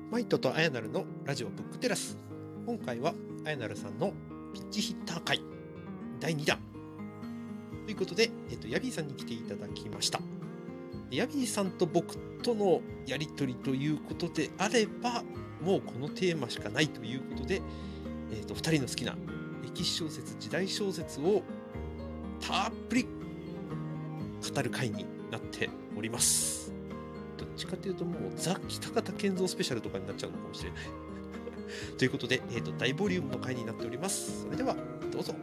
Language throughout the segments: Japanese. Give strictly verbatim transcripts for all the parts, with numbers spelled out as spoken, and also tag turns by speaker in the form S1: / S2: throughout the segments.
S1: マイトとあやなるのラジオブックテラス。今回はあやなるさんのピッチヒッター会だいにだんということで、えっと、ヤビーさんに来ていただきました。ヤビーさんと僕とのやりとりということであれば、もうこのテーマしかないということで、えっと、ふたりの好きな歴史小説、時代小説をたっぷり語る回になっております。どっちかというともうザ・北方健三スペシャルとかになっちゃうのかもしれないということで、えーと、大ボリュームの回になっております。それではどうぞ。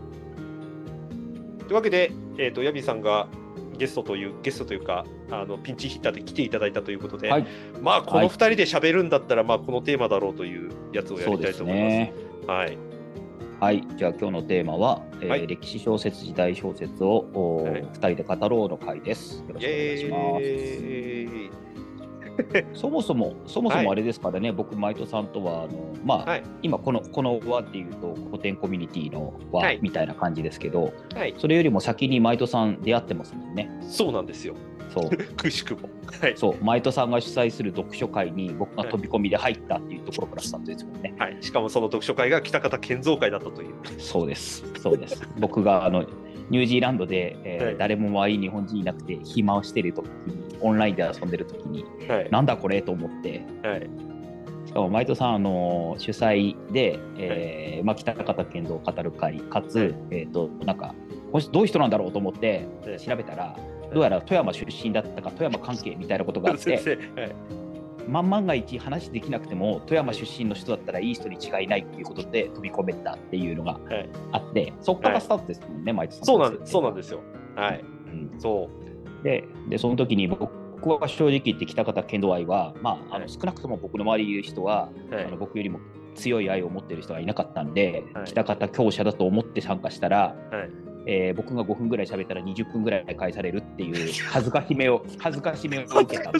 S2: というわけで、えーと、ヤビさんがゲストというゲストというかあのピンチヒッターで来ていただいたということで、はい、まあこのふたりで喋るんだったら、はい、まあこのテーマだろうというやつをやりたいと思います。ね、
S3: はい、はい、じゃあ今日のテーマは、えーはい、歴史小説時代小説を、はい、ふたりで語ろうの回です。よろしくお願いします。えーそもそもそもそもあれですからね、はい、僕マイトさんとはあの、まあはい、今このこの輪っていうと古典コミュニティの輪、はい、みたいな感じですけど、はい、それよりも先にマイトさん出会ってますもんね。
S2: そうなんですよ。
S3: そう
S2: くしくも、
S3: はい、そうマイトさんが主催する読書会に僕が飛び込みで入ったっていうところからスタートですもんね。
S2: はい、しかもその読書会が北方健三会だったという。
S3: そうですそうです僕があのニュージーランドで、えーはい、誰も周りに日本人いなくて暇をしている時にオンラインで遊んでる時に、はい、なんだこれと思って、はい、しかもマイトさんあの主催で、えーはいまあ、北方健三を語る会かつ、はいえー、となんかもしどういう人なんだろうと思って調べたら、はい、どうやら富山出身だったか富山関係みたいなことがあって、はいま万が一話できなくても富山出身の人だったらいい人に違いないっていうことで飛び込めたっていうのがあって、はい、そこからスタートですもんね、はい、マイトさん。
S2: そうなんです、そうなんですよ。はい、うん、
S3: そうででその時に僕は正直言って北方健三愛は、まあ、あの少なくとも僕の周りにいる人は、はい、あの僕よりも強い愛を持っている人がいなかったんで、はい、北方強者だと思って参加したら、はいえー、僕がごふんぐらい喋ったらにじゅっぷんぐらい返されるっていう恥ずかしめを恥ずかしめを受けたって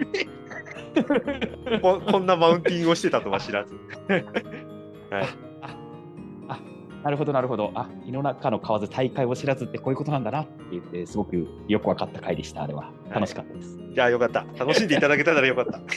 S3: いう
S2: こ, こんなマウンティングをしてたとは知らずはい、
S3: ああなるほどなるほどあ胃の中の蛙大会を知らずってこういうことなんだなって言ってすごくよく分かった回でした。あれは楽しかったです、
S2: はい、じゃあよかった、楽しんでいただけたらよかった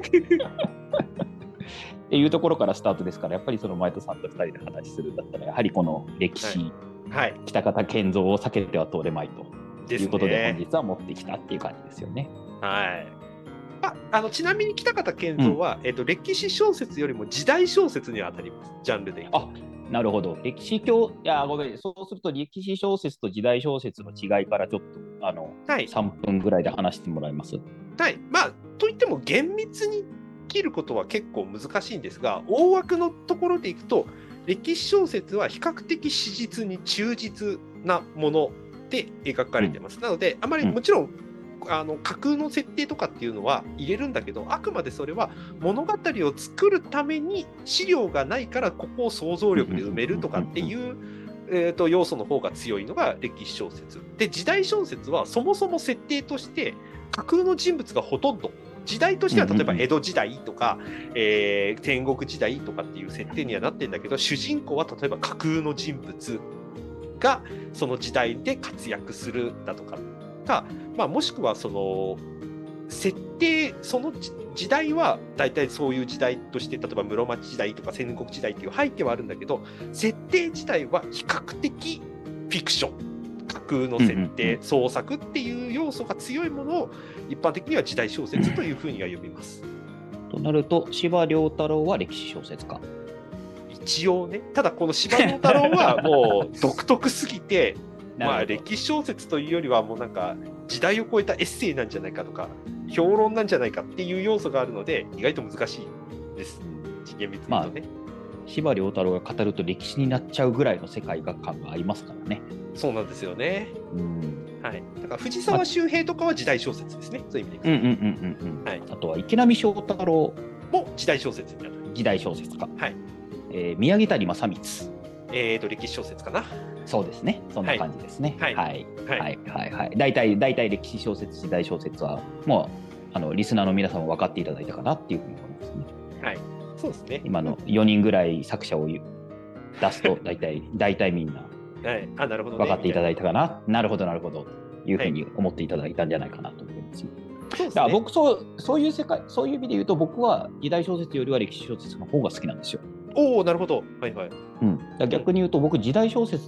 S3: っていうところからスタートですから、やっぱりそのマイトさんとふたりで話するんだったらやはりこの歴史、はいはい、北方健三を避けては通れまいということで、ね、本日は持ってきたっていう感じですよね。
S2: はいああのちなみに北方健三は、うんえー、と歴史小説よりも時代小説には当たります、ジャンルでいうと。
S3: あなるほど。歴史教いやごめんそうすると歴史小説と時代小説の違いからちょっとあの、はい、さんぷんぐらいで話してもらいます。
S2: はいまあといっても厳密に切ることは結構難しいんですが、大枠のところでいくと歴史小説は比較的史実に忠実なもので描かれてます、うん、なのであまりもちろん、うん、あの架空の設定とかっていうのは入れるんだけど、あくまでそれは物語を作るために資料がないからここを想像力で埋めるとかっていう、えー、と要素の方が強いのが歴史小説で、時代小説はそもそも設定として架空の人物がほとんど時代としては例えば江戸時代とか、えー、戦国時代とかっていう設定にはなってるんだけど、主人公は例えば架空の人物がその時代で活躍するだとかか、まあ、もしくはその設定その時代は大体そういう時代として、例えば室町時代とか戦国時代っていう背景はあるんだけど、設定自体は比較的フィクション、架空の設定、創作っていう要素が強いものを一般的には時代小説というふうには呼びます。
S3: となると司馬遼太郎は歴史小説か。
S2: 一応ね、ただこの司馬遼太郎はもう独特すぎてまあ歴史小説というよりはもうなんか時代を超えたエッセイなんじゃないかとか評論なんじゃないかっていう要素があるので意外と難しいです、厳密に言うとね。
S3: 司馬遼太郎が語ると歴史になっちゃうぐらいの世界観がありますからね。
S2: そうなんですよね。うん、はい。だから藤沢周平とかは時代小説ですね。ま、そういう意味で。うんうんうんうん。はい。
S3: あとは池波正太郎
S2: も時代小説になる。
S3: 時代小説か。
S2: はい。
S3: えー、宮城谷正光。
S2: えーと歴史小説かな。
S3: そうですね。そんな感じですね。
S2: はい
S3: はいはいはいはいはい。大体大体歴史小説時代小説はもうあのリスナーの皆さんも分かっていただいたかなっていうふうに思いますね。
S2: はい。そうですね。
S3: 今のよにんぐらい作者を出すと大体大体みんな
S2: あなるほど
S3: 分かっていただいたかな。なるほどなるほどというふうに思っていただいたんじゃないかなと思います。 そうですね、だから僕そうそういう世界、そういう意味で言うと、僕は時代小説よりは歴史小説の方が好きなんですよ。
S2: おお、なるほど。はいはい。
S3: うん、だ逆に言うと、僕、時代小説って、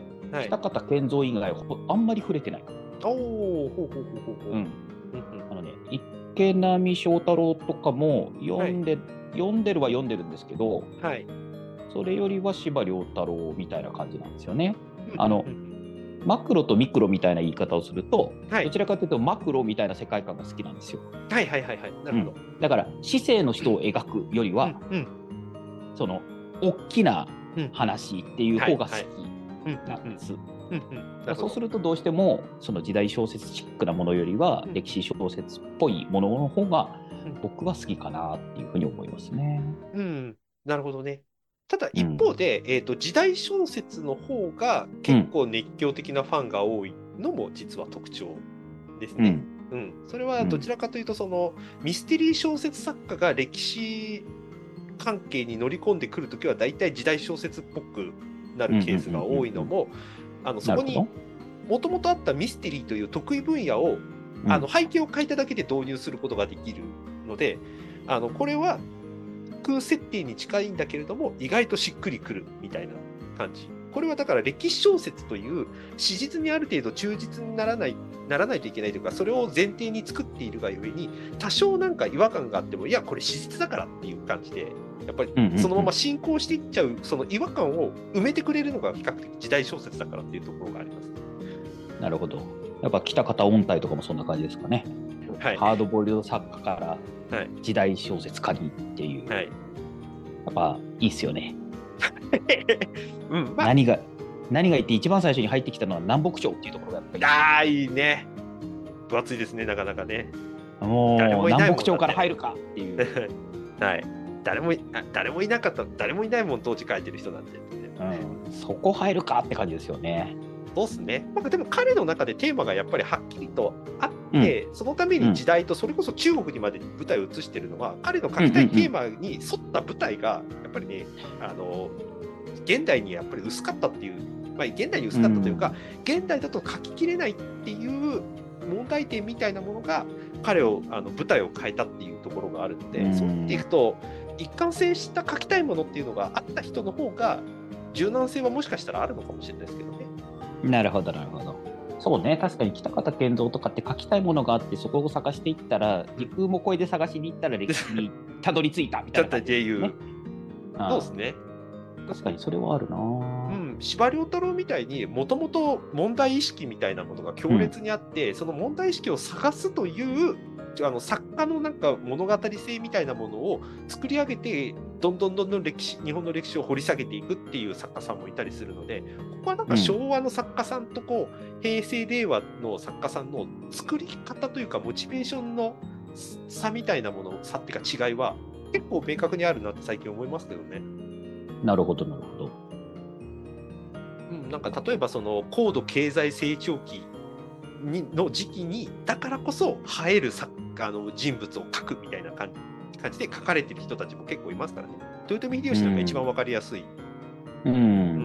S2: はい、
S3: 北方健三以外、あんまり触れてない。
S2: おお、ほうほうほうほうほう。うん。
S3: あのね、池波正太郎とかも読んで、はい、読んでるは読んでるんですけど、
S2: はい、
S3: それよりは司馬遼太郎みたいな感じなんですよね。あのマクロとミクロみたいな言い方をすると、はい、どちらかというとマクロみたいな世界観が好きなんですよ。
S2: はいはいはいはい。なるほど。
S3: うん、だから市政の人を描くよりは、うんうん、その大きな話っていう方が好きなんです。そうするとどうしてもその時代小説チックなものよりは歴史小説っぽいものの方が僕は好きかなっていうふうに思いますね。
S2: うん、うん、なるほどね。ただ一方で、うん、えーと、時代小説の方が結構熱狂的なファンが多いのも実は特徴ですね。うんうん、それはどちらかというとそのミステリー小説作家が歴史関係に乗り込んでくるときは大体時代小説っぽくなるケースが多いのも、あのそこにもともとあったミステリーという得意分野を、うん、あの背景を変えただけで導入することができるので、あのこれは空設定に近いんだけれども意外としっくりくるみたいな感じ。これはだから歴史小説という史実にある程度忠実にならないならないといけないというか、それを前提に作っているがゆえに多少なんか違和感があっても、いやこれ史実だからっていう感じでやっぱりそのまま進行していっちゃうその違和感を埋めてくれるのが比較的時代小説だからっていうところがあります。
S3: なるほど。やっぱ北方音体とかもそんな感じですかね。はい、ハードボイルド作家から時代小説家にっていう、はい、やっぱいいっすよね。うんまあ、何が何が言って一番最初に入ってきたのは南北朝っていうところがやっぱり
S2: ああいいね。分厚いですね、なかなかね。
S3: もう南北朝から入るかっていう
S2: はい誰も誰もいなかった誰もいないもん当時書いてる人なんで、ね
S3: うん、そこ入るかって感じですよね。
S2: そうっすね。なんかでも彼の中でテーマがやっぱりはっきりとあって、うん、そのために時代とそれこそ中国にまで舞台を移してるのは、うん、彼の書きたいテーマに沿った舞台がやっぱりね、あの現代にやっぱり薄かったっていう、まあ、現代に薄かったというか、うん、現代だと書ききれないっていう問題点みたいなものが彼をあの舞台を変えたっていうところがあるので、うん、そう言っていくと一貫性した書きたいものっていうのがあった人の方が柔軟性はもしかしたらあるのかもしれないですけどね。
S3: なるほどなるほど。そうね、確かに北方健三とかって書きたいものがあってそこを探していったら時空も超えて探しに行ったら歴史にたどり着いたみたいな感じですね。
S2: そうですね。
S3: 確かにそれはあるな。
S2: うん、司馬遼太郎みたいにもともと問題意識みたいなものが強烈にあって、うん、その問題意識を探すというあの作家のなんか物語性みたいなものを作り上げてどんどんどんどん歴史日本の歴史を掘り下げていくっていう作家さんもいたりするので、ここはなんか昭和の作家さんとこう平成令和の作家さんの作り方というかモチベーションの差みたいなもの差っていうか違いは結構明確にあるなって最近思いますけどね。
S3: なるほどなるほど。
S2: うん、なんか例えばその高度経済成長期にの時期にだからこそ映える作家の人物を描くみたいな感じで書かれてる人たちも結構いますからね。豊臣秀吉なんか一番わかりやすい、
S3: うんうん、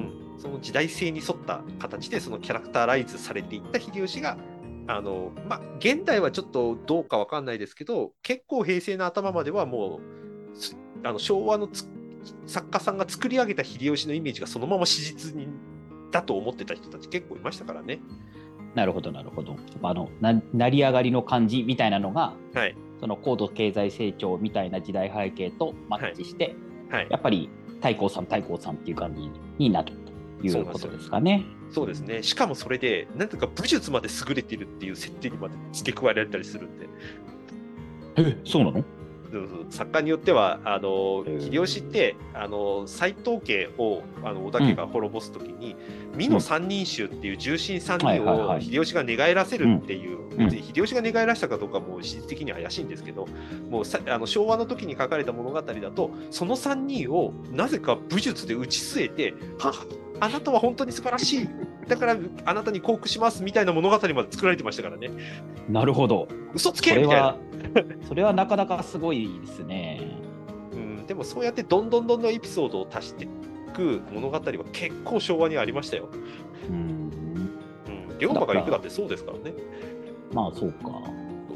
S2: その時代性に沿った形でそのキャラクターライズされていった秀吉があの、まあ、現代はちょっとどうかわかんないですけど結構平成の頭まではもうあの昭和の作家さんが作り上げた秀吉のイメージがそのまま史実にだと思ってた人たち結構いましたからね。
S3: なるほどなるほど。あのな成り上がりの感じみたいなのが、
S2: はい、
S3: その高度経済成長みたいな時代背景とマッチして、
S2: はいはい、
S3: やっぱり太閤さん太閤さんっていう感じになるということですかね。
S2: そうですね。しかもそれでなんとか武術まで優れているっていう設定にまで付け加えられたりするんで。
S3: え、そうなの？
S2: 作家によってはあの秀吉ってあの斎藤家をあの織田家が滅ぼすときに、うん、美濃三人衆っていう重臣さんにんを秀吉が寝返らせるっていう、うん、秀吉が寝返らしたかどうかも史実的には怪しいんですけど、もうさあの昭和の時に書かれた物語だとそのさんにんをなぜか武術で打ち据えて、はあなたは本当に素晴らしいだからあなたに降伏しますみたいな物語まで作られてましたからね。
S3: なるほど。
S2: 嘘つけみたいな。
S3: それはなかなかすごいですね。
S2: うん、でもそうやってどんどんどんどんエピソードを足していく物語は結構昭和にありましたよ。
S3: うん、
S2: うん、龍馬が行くだってそうですからね。
S3: まあそうか。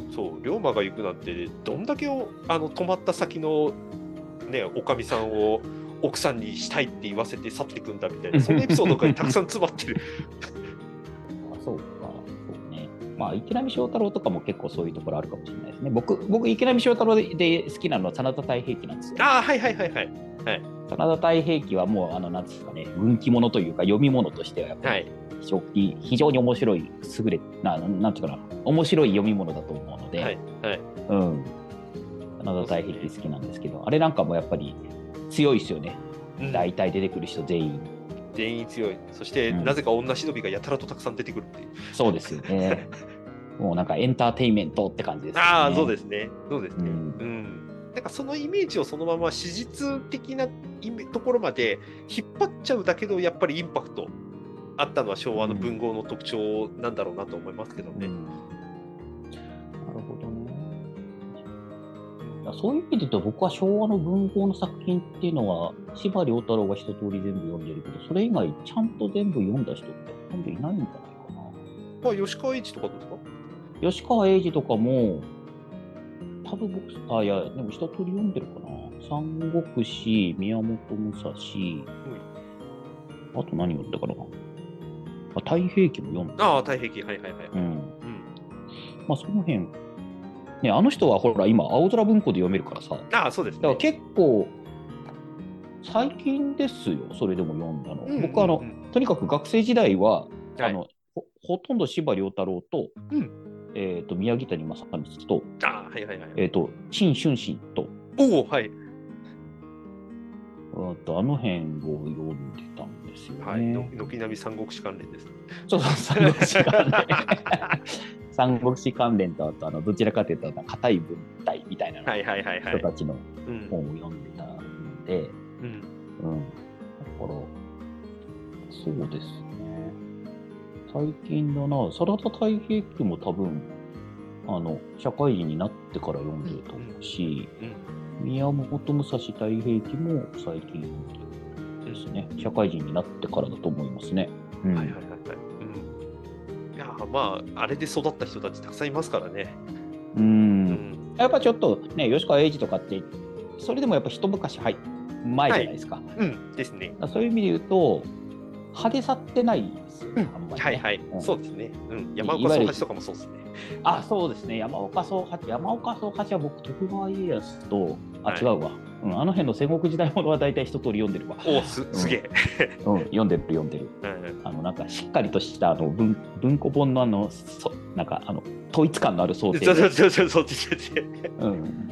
S2: そう龍馬が行くなんてどんだけをあの泊まった先のねおかみさんを奥さんにしたいって言わせて去っていくんだみたいなそのエピソードがたくさん詰まってる
S3: あそうかそうねまあ池波正太郎とかも結構そういうところあるかもしれないですね。僕僕池波正太郎で好きなのは真田太平記なんですよ。
S2: ああはいはいはいはいはい
S3: 真田太平記はもうあのなんですかね軍記物というか読み物としてはやっぱり非常に、非常に面白い優れななんていうかな面白い読み物だと思うので、
S2: はいはい
S3: うん、真田太平記好きなんですけど、あれなんかもやっぱり強いですよね、うん、大体出てくる人全員
S2: 全員強い。そして、うん、なぜか女忍びがやたらとたくさん出てくるっていう
S3: そうですよねもうなんかエンターテインメントって感じですね。
S2: ああそうですねそうですね、うん、うんなんかそのイメージをそのまま史実的なところまで引っ張っちゃうだけどやっぱりインパクトあったのは昭和の文豪の特徴なんだろうなと思いますけどね。うんうん、
S3: なるほどね。そういう意味で言うと僕は昭和の文豪の作品っていうのは司馬遼太郎が一通り全部読んでるけどそれ以外ちゃんと全部読んだ人ってほとんどいないんじゃないかな。
S2: あ吉川英治とかですか？
S3: 吉川英治とかも多分僕、あ、いや、でも一通り読んでるかな。三国志、宮本武蔵、うん、あと何読んだかな。あ、太平記も読んだ。
S2: ああ、太平記、はいはいはい。うん。うん、
S3: まあ、その辺。ね、あの人はほら、今、青空文庫で読めるからさ。
S2: ああ、そうですね。
S3: だから結構、最近ですよ、それでも読んだの。うんうんうん、僕はあの、とにかく学生時代は、はい、あのほ、ほとんど司馬遼太郎と、うんえー、と宮城谷正光と、
S2: あ、はいはいはい、
S3: えー、と陳春心と、
S2: おお、はい。
S3: あとあの辺を読んでたんですよね。はい、
S2: 軒並み三国志関連です。
S3: そうそう、三国志関連。三国志関連とあとあのどちらかというと硬い文体みたいな人たちの本を読んでたので、うん、うん、だからそうですね。最近だな、真田太平記も多分あの社会人になってから読んでると思うし、うんうん、宮本武蔵太平記も最近読んでるですね。社会人になってからだと思いますね。うん、はいはいはいはい。
S2: うん、いやまああれで育った人たちたくさんいますからね。
S3: うん、うん、やっぱちょっとね吉川英治とかってそれでもやっぱ一昔前じゃないですか。はい、
S2: うんですね。
S3: そういう意味で言うと派手さってないですよね、うん、あんまりね。
S2: はいはい、うん、そうですね。うん、山岡宗八とかもそうですね。
S3: あ、そうですね。山岡宗八、山岡宗八は僕、徳川家康と、あ、はい、違うわ、うん。あの辺の戦国時代ものは大体一通り読んでるわ。
S2: おす、すげえ、
S3: うん。読んでる、読んでる。うん、あのなんかしっかりとしたあの 文, 文庫本のあの、そなんかあの統一感のある想定で。
S2: そうそうそうそうそう。
S3: うん、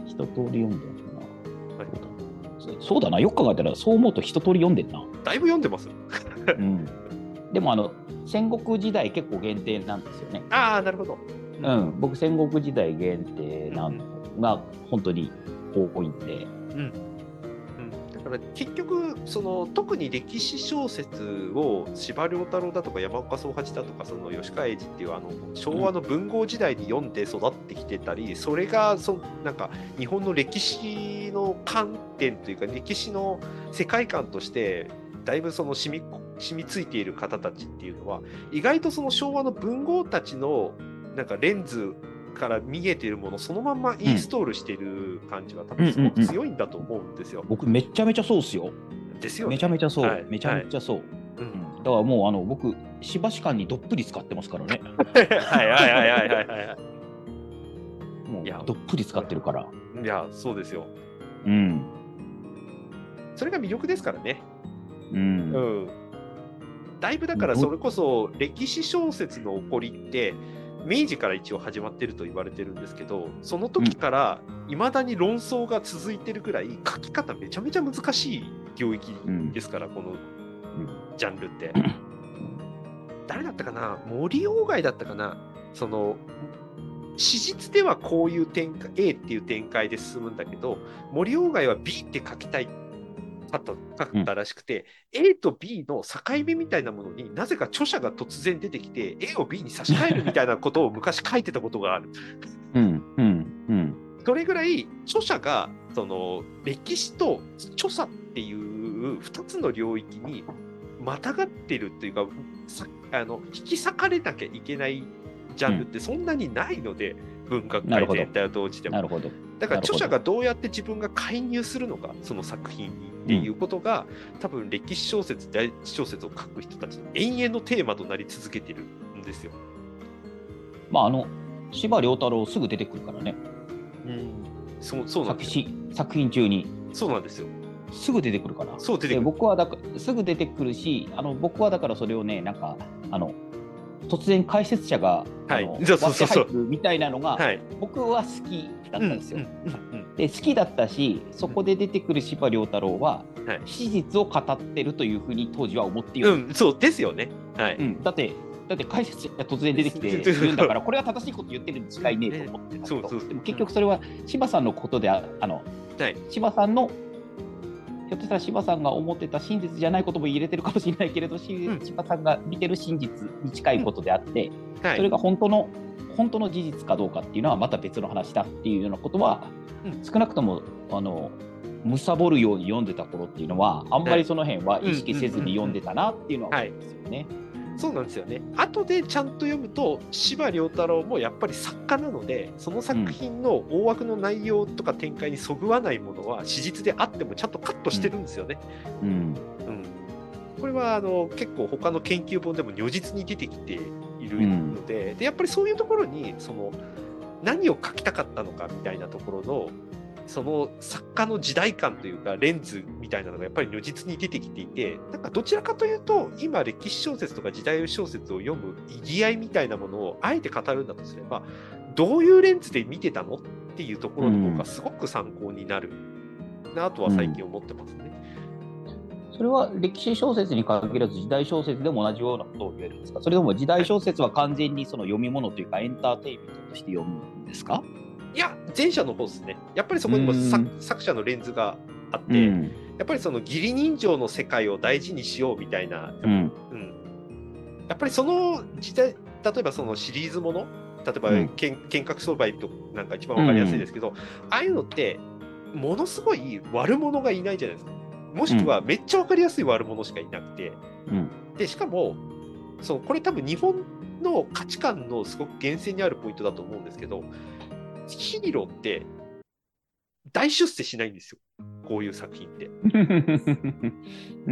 S3: 一通り読んでるな。はい、そうだな、よく考えたら、そう思うと一通り読んでるな。
S2: だいぶ読んでます。
S3: うん、でもあの戦国時代結構限定なんですよね。
S2: ああ、なるほど。
S3: うん、僕戦国時代限定なのが本当に多いんで、うんうん、
S2: だから結局その特に歴史小説を司馬遼太郎だとか山岡宗八だとかその吉川英治っていうあの昭和の文豪時代に読んで育ってきてたり、うん、それがそなんか日本の歴史の観点というか歴史の世界観としてだいぶその染み染みついている方たちっていうのは意外とその昭和の文豪たちのなんかレンズから見えているものそのまんまインストールしている感じは多分すごく強いんだと思うんですよ。
S3: うんうんうん、僕めちゃめちゃそうっすよ。
S2: ですよね。
S3: めちゃめちゃそう、はい、めちゃめちゃそう。はい、うん、だからもうあの僕しばし間にどっぷり使ってますからね。
S2: はいはいはいはいはいはい。
S3: もうどっぷり使ってるから。
S2: いやそうですよ。
S3: うん。
S2: それが魅力ですからね。
S3: うん。うん、
S2: だいぶだからそれこそ歴史小説の起こりって明治から一応始まってると言われてるんですけど、その時からいまだに論争が続いてるくらい書き方めちゃめちゃ難しい領域ですから、うん、このジャンルって、うん、誰だったかな、森鴎外だったかな、その史実ではこういう展開 A っていう展開で進むんだけど森鴎外は B って書きたい書ったらしくて、うん、A と B の境目みたいなものになぜか著者が突然出てきて A を B に差し替えるみたいなことを昔書いてたことがある。
S3: うんうんうん、
S2: それぐらい著者がその歴史と著作っていうふたつの領域にまたがってるっていうかあの引き裂かれなきゃいけないジャンルってそんなにないので、 文学界全体を同時でも。
S3: なるほど。
S2: だから著者がどうやって自分が介入するのか、その作品にっていうことが、うん、多分歴史小説、大小説を書く人たちの永遠のテーマとなり続けてるんですよ。
S3: まあ、あの司馬遼太郎すぐ出てくるからね。
S2: うん、そうそうなんですよ。
S3: 作, 作品中に。
S2: そうなんですよ。
S3: すぐ出てくるから。
S2: そう出てくる。
S3: 僕はだからすぐ出てくるし、あの僕はだからそれをね、なんかあの突然解説者が、はい、あのそうそうそうそうみたいなのが、はい、僕は好きだったんですよ。で好きだったし、そこで出てくる司馬遼太郎は、はい、史実を語ってるというふうに当時は思っている。
S2: うん、そうですよね。はい。
S3: うん、だってだって解説者が突然出てきて言うんだから、これは正しいこと言ってるに違いねえと思ってたけど、でも結局それは司馬さんのことでああの、はい、司馬さんのひょっとしたら司馬さんが思ってた真実じゃないことも入れてるかもしれないけれど、うん、司馬さんが見てる真実に近いことであって、うんはい、それが本当の本当の事実かどうかっていうのはまた別の話だっていうようなことは、うん、少なくともあの貪るように読んでた頃っていうのはあんまりその辺は意識せずに読んでたなっていうのは思うんですよね。
S2: そうなんですよね。後でちゃんと読むと司馬遼太郎もやっぱり作家なので、その作品の大枠の内容とか展開にそぐわないものは史実であってもちゃんとカットしてるんですよね。うんうん、これはあの結構他の研究本でも如実に出てきているので、うん、でやっぱりそういうところにその何を書きたかったのかみたいなところのその作家の時代感というかレンズみたいなのがやっぱり如実に出てきていて、なんかどちらかというと今歴史小説とか時代小説を読む意義合いみたいなものをあえて語るんだとすれば、どういうレンズで見てたのっていうところの方がすごく参考になるなとは最近思ってますね。
S3: うん、それは歴史小説に限らず時代小説でも同じようなことを言えるんですか？それとも時代小説は完全にその読み物というかエンターテインメントとして読むんですか？
S2: いや、前者の方ですね。やっぱりそこにも 作, 作者のレンズがあって、うん、やっぱりその義理人情の世界を大事にしようみたいな、うんうん、やっぱりその時代、例えばそのシリーズもの、例えば、うん、剣客商売となんか一番わかりやすいですけど、うん、ああいうのってものすごい悪者がいないじゃないですか。もしくはめっちゃわかりやすい悪者しかいなくて、うん、でしかもそのこれ多分日本の価値観のすごく源泉にあるポイントだと思うんですけど、ヒーローって大出世しないんですよ、こういう作品って。
S3: うん、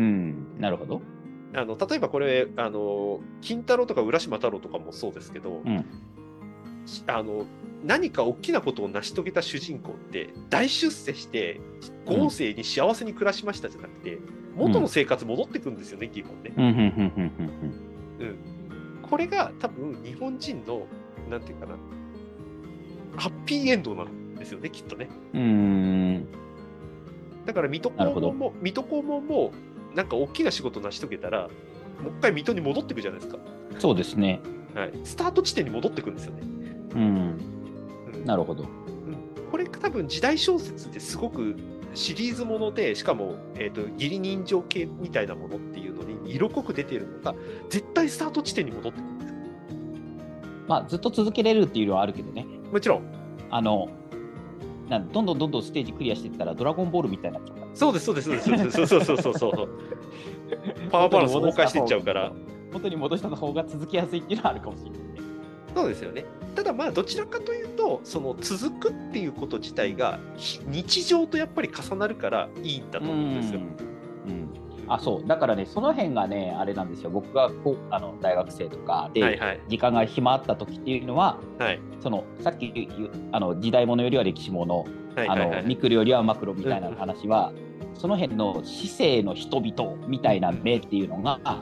S3: なるほど。
S2: あの例えばこれあの金太郎とか浦島太郎とかもそうですけど、うん、あの何か大きなことを成し遂げた主人公って大出世して豪勢に幸せに暮らしましたじゃなくて、うん、元の生活戻ってくるんですよね、基本ね。うん、これが多分日本人のなんていうかな、ハッピーエンドなんですよね、きっとね。うーん。だから水戸黄門も水戸黄門もなんか大きな仕事を成し遂げたらもう一回水戸に戻ってくじゃないですか。
S3: そうですね。
S2: はい。スタート地点に戻ってくるんですよね。
S3: うん。うん、なるほど。うん。
S2: これ多分時代小説ってすごくシリーズもので、しかもえっと義理人情系みたいなものっていうのに色濃く出ているのが絶対スタート地点に戻ってくるんですよ。
S3: まあずっと続けれるっていうのはあるけどね。
S2: もちろん。
S3: あのなんどんどんどんどんステージクリアしていったらドラゴンボールみたいになっちゃうから。
S2: そうですそうですそうですそうそうそうそうそうパワーバランス崩壊していっちゃうから
S3: 元に戻した方が続きやすいっていうのはあるかもしれないね。
S2: そうですよね。ただまあどちらかというとその続くっていうこと自体が日常とやっぱり重なるからいいんだと思うんですよ。うん、うん
S3: あそうだからね、その辺がねあれなんですよ。僕がこうあの大学生とかで、はいはい、時間が暇あった時っていうのは、はい、そのさっきあの時代物よりは歴史物、はいはいはい、あのミクロよりはマクロみたいな話は、うん、その辺の市政の人々みたいな目っていうのが、はい、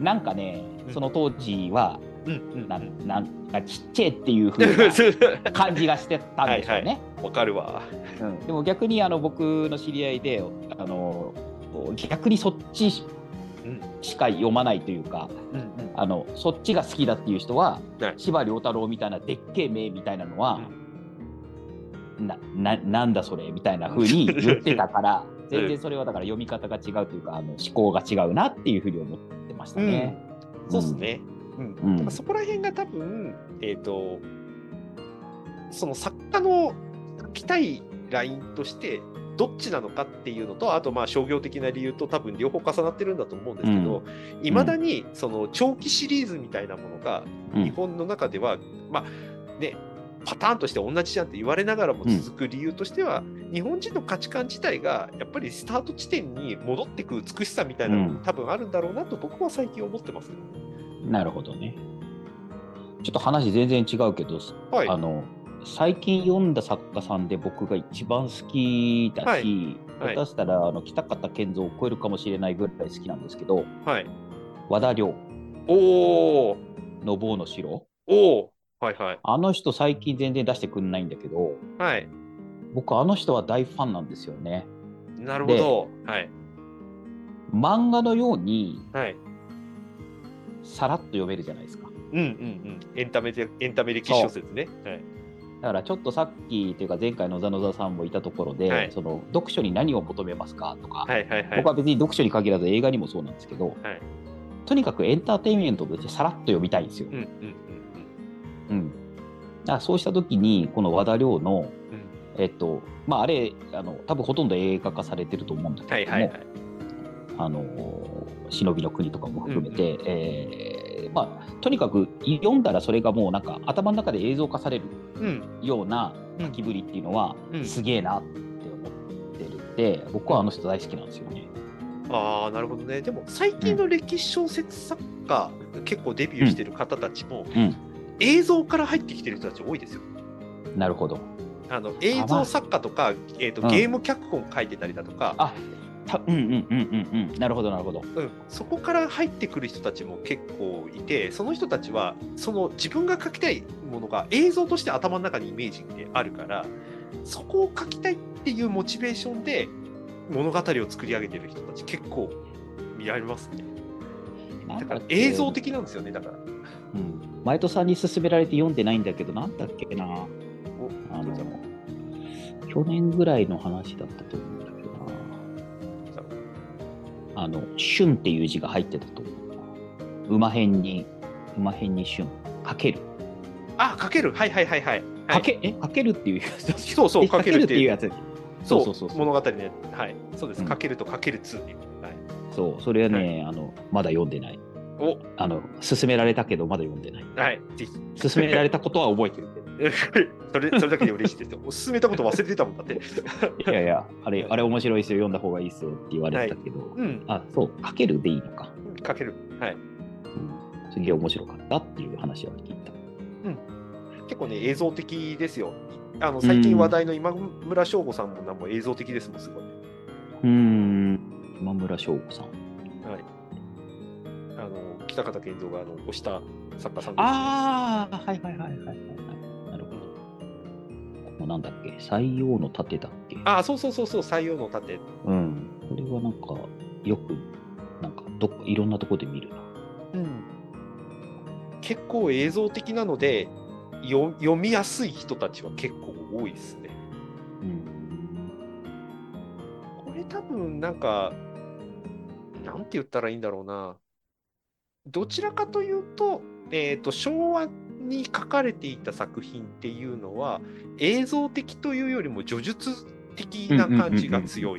S3: なんかねその当時は、うん、な, なんかちっちゃいっていう風な感じがしてたんでしょうね。
S2: わかるわ、
S3: うん、でも逆にあの僕の知り合いであの逆にそっちしか読まないというか、うんうん、あのそっちが好きだっていう人は、はい、司馬遼太郎みたいなでっけえ名みたいなのは、うん、な, な, なんだそれみたいな風に言ってたから全然それはだから読み方が違うというかあの思考が違うなっていう風に思ってましたね。
S2: うん、そうですね、うんうん、だからそこら辺が多分、えーと、その作家の書きたいラインとしてどっちなのかっていうのと、あとまあ商業的な理由と多分両方重なってるんだと思うんですけど、いま、うん、だにその長期シリーズみたいなものが日本の中では、うん、まあねパターンとして同じじゃんって言われながらも続く理由としては、うん、日本人の価値観自体がやっぱりスタート地点に戻っていく美しさみたいなのが多分あるんだろうなと僕は最近思ってますけど、
S3: うん、なるほどね。ちょっと話全然違うけど、はい、あの最近読んだ作家さんで僕が一番好きだし、はいはい、下手したらあの北方健三を超えるかもしれないぐらい好きなんですけど、はい、和田亮
S2: お
S3: の坊の城
S2: おはいはい、
S3: あの人最近全然出してくんないんだけど、はい、僕あの人は大ファンなんですよね。
S2: なるほど、はい、
S3: 漫画のように、はい、さらっと読めるじゃないですか。
S2: うんうんうん、エンタメでエンタメ歴史小説ね。はい、
S3: だからちょっとさっきというか前回のザノザさんもいたところで、はい、その読書に何を求めますかとか、はいはいはい、僕は別に読書に限らず映画にもそうなんですけど、はい、とにかくエンターテインメントとしてさらっと読みたいんですよ。うんうんうんうん、だからそうした時にこの和田亮の、うん、えっとまああれあの多分ほとんど映画化されてると思うんだけども、はいはいはい、あの忍びの国とかも含めて、うんうん、えー、まあとにかく読んだらそれがもうなんか頭の中で映像化されるような書きぶりっていうのは、うん、すげえなって思ってるんで、僕はあの人大好きなんですよね。
S2: ああ、なるほどね。でも最近の歴史小説作家、うん、結構デビューしてる方たちも、うん、映像から入ってきてる人たち多いですよ。
S3: なるほど。
S2: あの映像作家とか、えーと、ゲーム脚本書いてたりだとか、うん、
S3: あたうんうんうんうんうんなるほどなるほど、
S2: うん、そこから入ってくる人たちも結構いて、その人たちはその自分が書きたいものが映像として頭の中にイメージであるから、そこを書きたいっていうモチベーションで物語を作り上げてる人たち結構見られますね。だから映像的なんですよね。だから、
S3: うん、前戸さんに勧められて読んでないんだけど、なんだっけな、あの去年ぐらいの話だったと思うんだけどな、あの春っていう字が入ってたと思う。馬辺に馬辺に春かける。
S2: あ、かける、はいはいはいはい。
S3: かけえかけるっていうやつ。
S2: そうそう、かけるっていうや
S3: つ。
S2: そうそうそうそう、物語ね、はい、そうです。かけるとかけるに、はい、
S3: そう、それはね、はい、あのまだ読んでない。お、あの勧められたけどまだ読んでない。
S2: はい、ぜ
S3: ひ。勧められたことは覚えてるけ
S2: ど。それそれだけで嬉しいですよ。勧めたこと忘れてたもんだって。
S3: いやいや、あれあれ面白いですよ、読んだ方がいいですよって言われたけど、はい、うん、あ、そう、かけるでいいのか。
S2: かける、はい。うん、
S3: すげえ面白かったっていう話は聞いた。
S2: うん、結構ね映像的ですよ。あの最近話題の今村翔吾さんもなんも映像的ですもん、すごい。
S3: うーん、今村翔吾さん。はい。
S2: あの北方健三があの推した作家さんです、ね。
S3: ああ、はいはいはいはいはい、はい。なるほど。ここなんだっけ、採用の盾だっけ。
S2: ああ、そうそうそうそう、採用の盾。
S3: うん。これはなんかよくなんかどっかいろんなところで見るな。
S2: うん。結構映像的なので。よ読みやすい人たちは結構多いですね。うん、これ多分なんかなんて言ったらいいんだろうな。どちらかというと、えーと、昭和に書かれていた作品っていうのは映像的というよりも叙述的な感じが強い。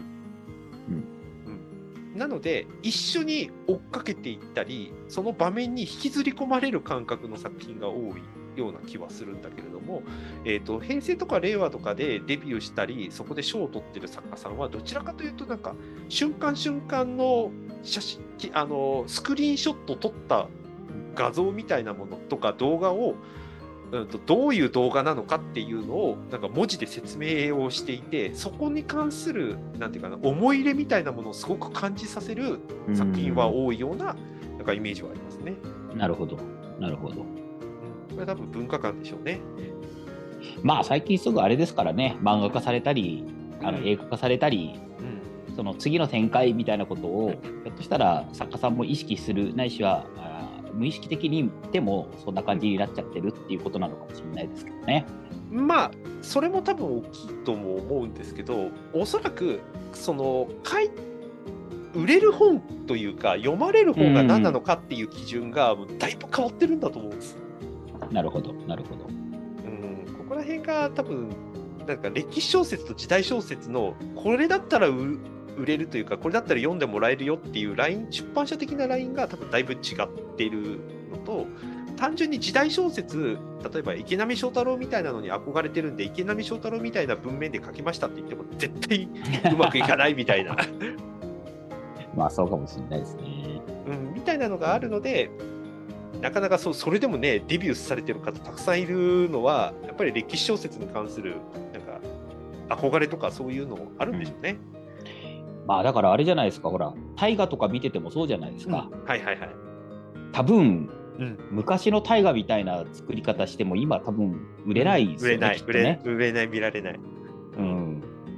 S2: なので一緒に追っかけていったり、その場面に引きずり込まれる感覚の作品が多いような気はするんだけれども、えーと、平成とか令和とかでデビューしたりそこで賞を取ってる作家さんはどちらかというとなんか瞬間瞬間の写真、あのスクリーンショット撮った画像みたいなものとか動画を、うん、とどういう動画なのかっていうのをなんか文字で説明をしていて、そこに関するなんていうかな、思い入れみたいなものをすごく感じさせる作品は多いような、なんかイメージはありますね。
S3: なるほどなるほど。
S2: これは多分文化観でしょうね。
S3: まあ最近すぐあれですからね、漫画化されたり、あの映画化されたり、うん、その次の展開みたいなことを、うん、ひょっとしたら作家さんも意識する、ないしは無意識的にでもそんな感じになっちゃってるっていうことなのかもしれないですけどね。
S2: まあそれも多分大きいとも思うんですけど、おそらくその買い売れる本というか読まれる本が何なのかっていう基準がだいぶ変わってるんだと思うんです。
S3: なるほどなるほど。
S2: うん、ここら辺が多分なんか歴史小説と時代小説のこれだったら売売れるというか、これだったら読んでもらえるよっていうライン、出版社的なラインが多分だいぶ違っているのと、 単純に時代小説、例えば池波正太郎みたいなのに憧れてるんで、池波正太郎みたいな文面で書きましたって言っても絶対うまくいかないみたいな
S3: まあそうかもしれないですね、
S2: うん、みたいなのがあるので、なかなか そ, それでもねデビューされてる方たくさんいるのは、やっぱり歴史小説に関するなんか憧れとかそういうのあるんでしょうね、
S3: うん、まあだからあれじゃないですか、ほら大河とか見ててもそうじゃないですか、
S2: うん、はいはいはい、
S3: 多分、
S2: うん、
S3: 昔の大河みたいな作り方しても今多分売れないですよね、
S2: 売れない、
S3: きっとね、
S2: 売れ、売れない見られない、
S3: うん、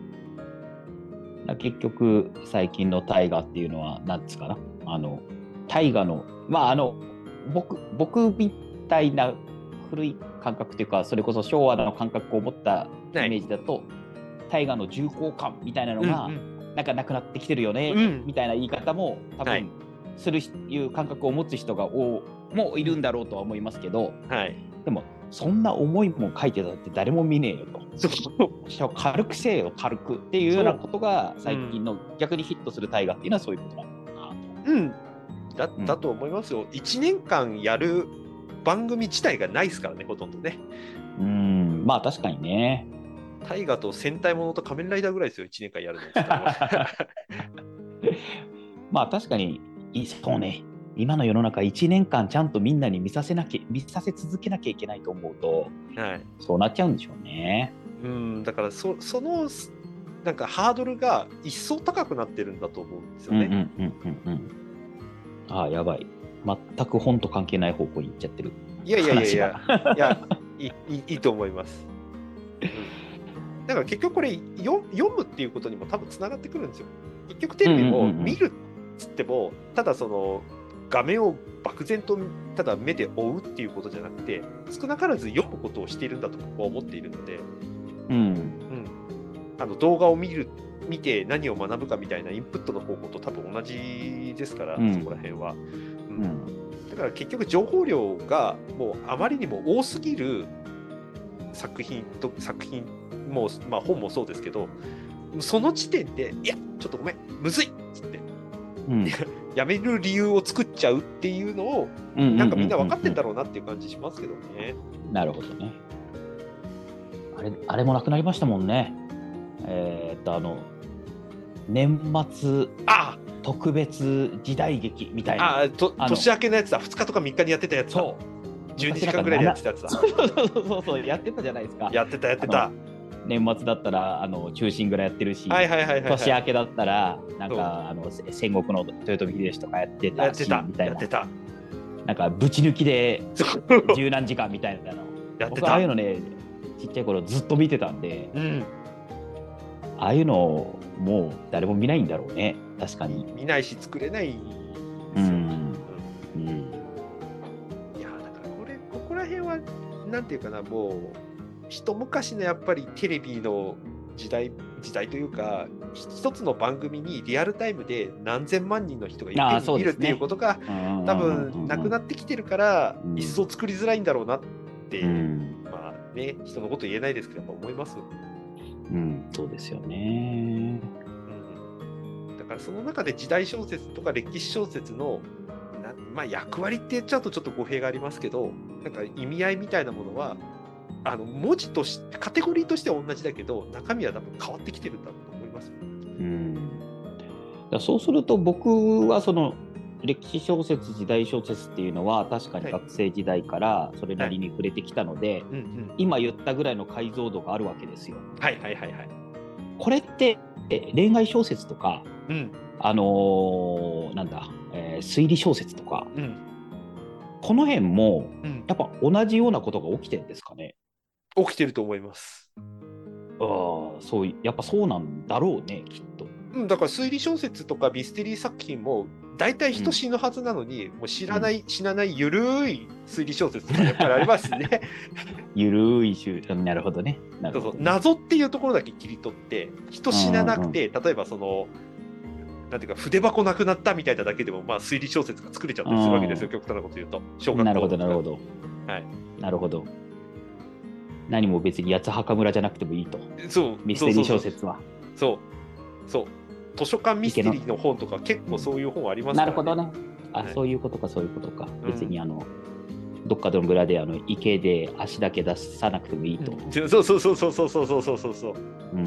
S3: 結局最近の大河っていうのは何ですかな、あの大河のまああの僕僕みたいな古い感覚というか、それこそ昭和の感覚を持ったイメージだと、大河の重厚感みたいなのが、うんうん、なんかなくなってきてるよね、うん、みたいな言い方も多分、はい、するいう感覚を持つ人がおもいるんだろうとは思いますけど、はい、でもそんな重いもん書いてたって誰も見ねえよと、そう軽くせえよ軽くっていうようなことが最近の逆にヒットする大河っていうのはそういうことなのかなと。
S2: うんだ, だと思いますよ、うん、いちねんかんやる番組自体がないですからね、ほとんどね。
S3: うーん、まあ確かにね。
S2: 大河と戦隊ものと仮面ライダーぐらいですよ、いちねんかんやるの
S3: まあ確かに、そうね、今の世の中いちねんかんちゃんとみんなに見させなきゃ見させ続けなきゃいけないと思うと、はい、そうなっちゃうんでしょうね。
S2: うん、だから そ, そのなんかハードルが一層高くなってるんだと思うんですよね。うんうんうんうんうん。
S3: ああ、やばい。全く本と関係ない方向に行っちゃってる。
S2: いやいやいやいや、いやいいいいと思います。うん、だから結局これ読むっていうことにも多分つながってくるんですよ。結局テレビも見るっつっても、うんうんうん、ただその画面を漠然とただ目で追うっていうことじゃなくて、少なからず読むことをしているんだと僕は思っているので、うんうん、あの動画を見る見て何を学ぶかみたいなインプットの方法と多分同じですから、うん、そこら辺は、うんうん、だから結局情報量がもうあまりにも多すぎる作品と作品も、まあ、本もそうですけど、その時点でいやちょっとごめんむずいっつって、うん、やめる理由を作っちゃうっていうのを、うんうんうんうん、なんかみんな分かってんだろうなっていう感じしますけどね。
S3: なるほどね。あれあれもなくなりましたもんね。えー、っとあの年末特別時代劇みたいな、
S2: あと年明けのやつだ、ふつかとかみっかにやってたやつだ、そうじゅうにじかんぐらいでやってたやつだ、
S3: そうそうそうそうやってたじゃないですか。
S2: やってたやってた。
S3: 年末だったらあの中心ぐらいやってるし、はいはいはいはいはい、年明けだったらなんかあの戦国の豊臣秀吉とかやってたしみたいな、やってたなんかぶち抜きで十何時間みたいなのやってた。僕ああいうのねちっちゃい頃ずっと見てたんで、うん、ああいうのもう誰も見ないんだろうね。確かに
S2: 見ないし作れないですよ、うんうん、いやだからこれここら辺はなんていうかな、もう一昔のやっぱりテレビの時代時代というか、一つの番組にリアルタイムで何千万人の人がいて見るっていうことが、ね、多分なくなってきてるから、うん、一層作りづらいんだろうなって、うん、まあね人のこと言えないですけどやっぱ思います。
S3: うん、そうですよね、
S2: うん、だからその中で時代小説とか歴史小説のな、まあ、役割って言っちゃうとちょっと語弊がありますけど、なんか意味合いみたいなものはあの文字としてカテゴリーとしては同じだけど中身は多分変わってきてるんだと思います。
S3: うん、だそうすると僕はその歴史小説時代小説っていうのは確かに学生時代からそれなりに触れてきたので、はいうんうん、今言ったぐらいの解像度があるわけですよ。
S2: はいはいはいはい。
S3: これって恋愛小説とか、うん、あのー、なんだ、えー、推理小説とか、うん、この辺もやっぱ同じようなことが起きてるんですかね。
S2: 起きてると思います。
S3: ああ、そうやっぱそうなんだろうねきっと。
S2: うん、だから推理小説とかミステリー作品も大体人死ぬはずなのに、うん、もう知らない、うん、死なないゆるい推理小説とかやっぱりありますね。
S3: ゆるいし、なるほどね。なるほどね。そうそう、
S2: 謎っていうところだけ切り取って人死ななくて、うんうん、例えばそのなんていうか筆箱なくなったみたいなだけでもまあ推理小説が作れちゃったりするわけですよ、極端なこと言うと。小学校
S3: なるほどなるほど。はい。なるほど。何も別に八つ墓村じゃなくてもいいと。そうミステリー小説は。
S2: そうそう。図書館ミステリーの本とか結構そういう本ありますからね。
S3: なるほどね。あ、はい、そういうことかそういうことか。別にあの、 どっかの村であの池で足だけ出さなくてもいいと、
S2: うん、そうそうそうそうそうそうそうそうそう。
S3: うん、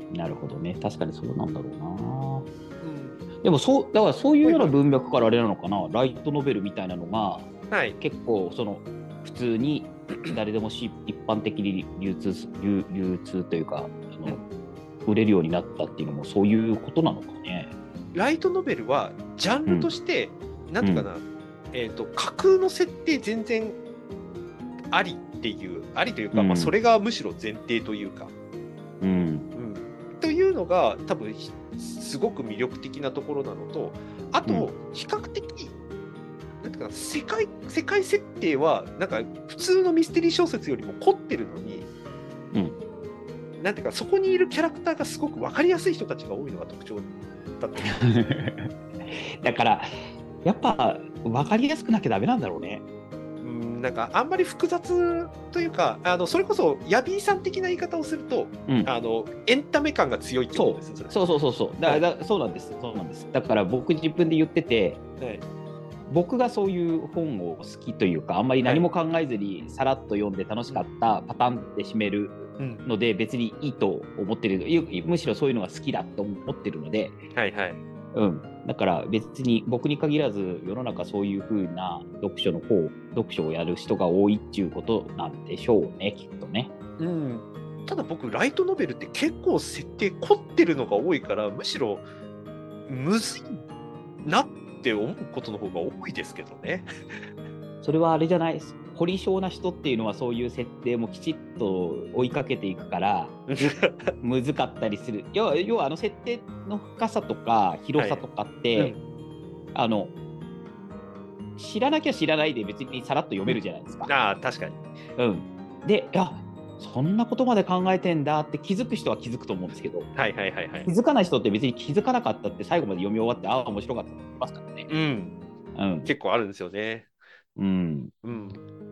S3: なるほどね。確かにそうなんだろうな。うん、でもそうだからそういうような文脈からあれなのかな、はいはい、ライトノベルみたいなのが、はい、結構その普通に誰でもし一般的に流通流流通というかあの、うん、売れるようになったっていうのもそういうことなのかね。
S2: ライトノベルはジャンルとして、うん、なんていうかな、うん、えーと、架空の設定全然ありっていうありというか、うん、まあ、それがむしろ前提というか、
S3: うんうん、
S2: というのが多分すごく魅力的なところなのと、あと比較的、うん、なんていうかな、世界世界設定はなんか普通のミステリー小説よりも凝ってるのに、
S3: うん、
S2: なんていうかそこにいるキャラクターがすごく分かりやすい人たちが多いのが特徴だと思います
S3: だからやっぱ分かりやすくなきゃダメなんだろうね。
S2: うん、なんかあんまり複雑というか、あのそれこそヤビーさん的な言い方をすると、うん、あのエンタメ感が強いってことですよ。
S3: そうそうそうそうだから、はい、そうなんですそうなんですだから僕自分で言ってて、はい、僕がそういう本を好きというかあんまり何も考えずにさらっと読んで楽しかったパターンで締めるので別にいいと思ってる、うん、むしろそういうのが好きだと思ってるので、
S2: はいはい、
S3: うん、だから別に僕に限らず世の中そういう風な読書の方読書をやる人が多いっていうことなんでしょうね、きっとね。
S2: うん、ただ僕ライトノベルって結構設定凝ってるのが多いからむしろむずいなって思うことの方が多いですけどね。
S3: それはあれじゃないです。凝り性な人っていうのはそういう設定もきちっと追いかけていくから難かったりする。要は、要はあの設定の深さとか広さとかって、はい、うん、あの知らなきゃ知らないで別にさらっと読めるじゃないですか。
S2: ああ、確かに。
S3: うん、で、いやそんなことまで考えてんだって気づく人は気づくと思うんですけど、
S2: はいはいはいはい、
S3: 気づかない人って別に気づかなかったって最後まで読み終わってああ面白かったと思いますからね。
S2: うんうん、結構あるんですよね。
S3: うん
S2: うん、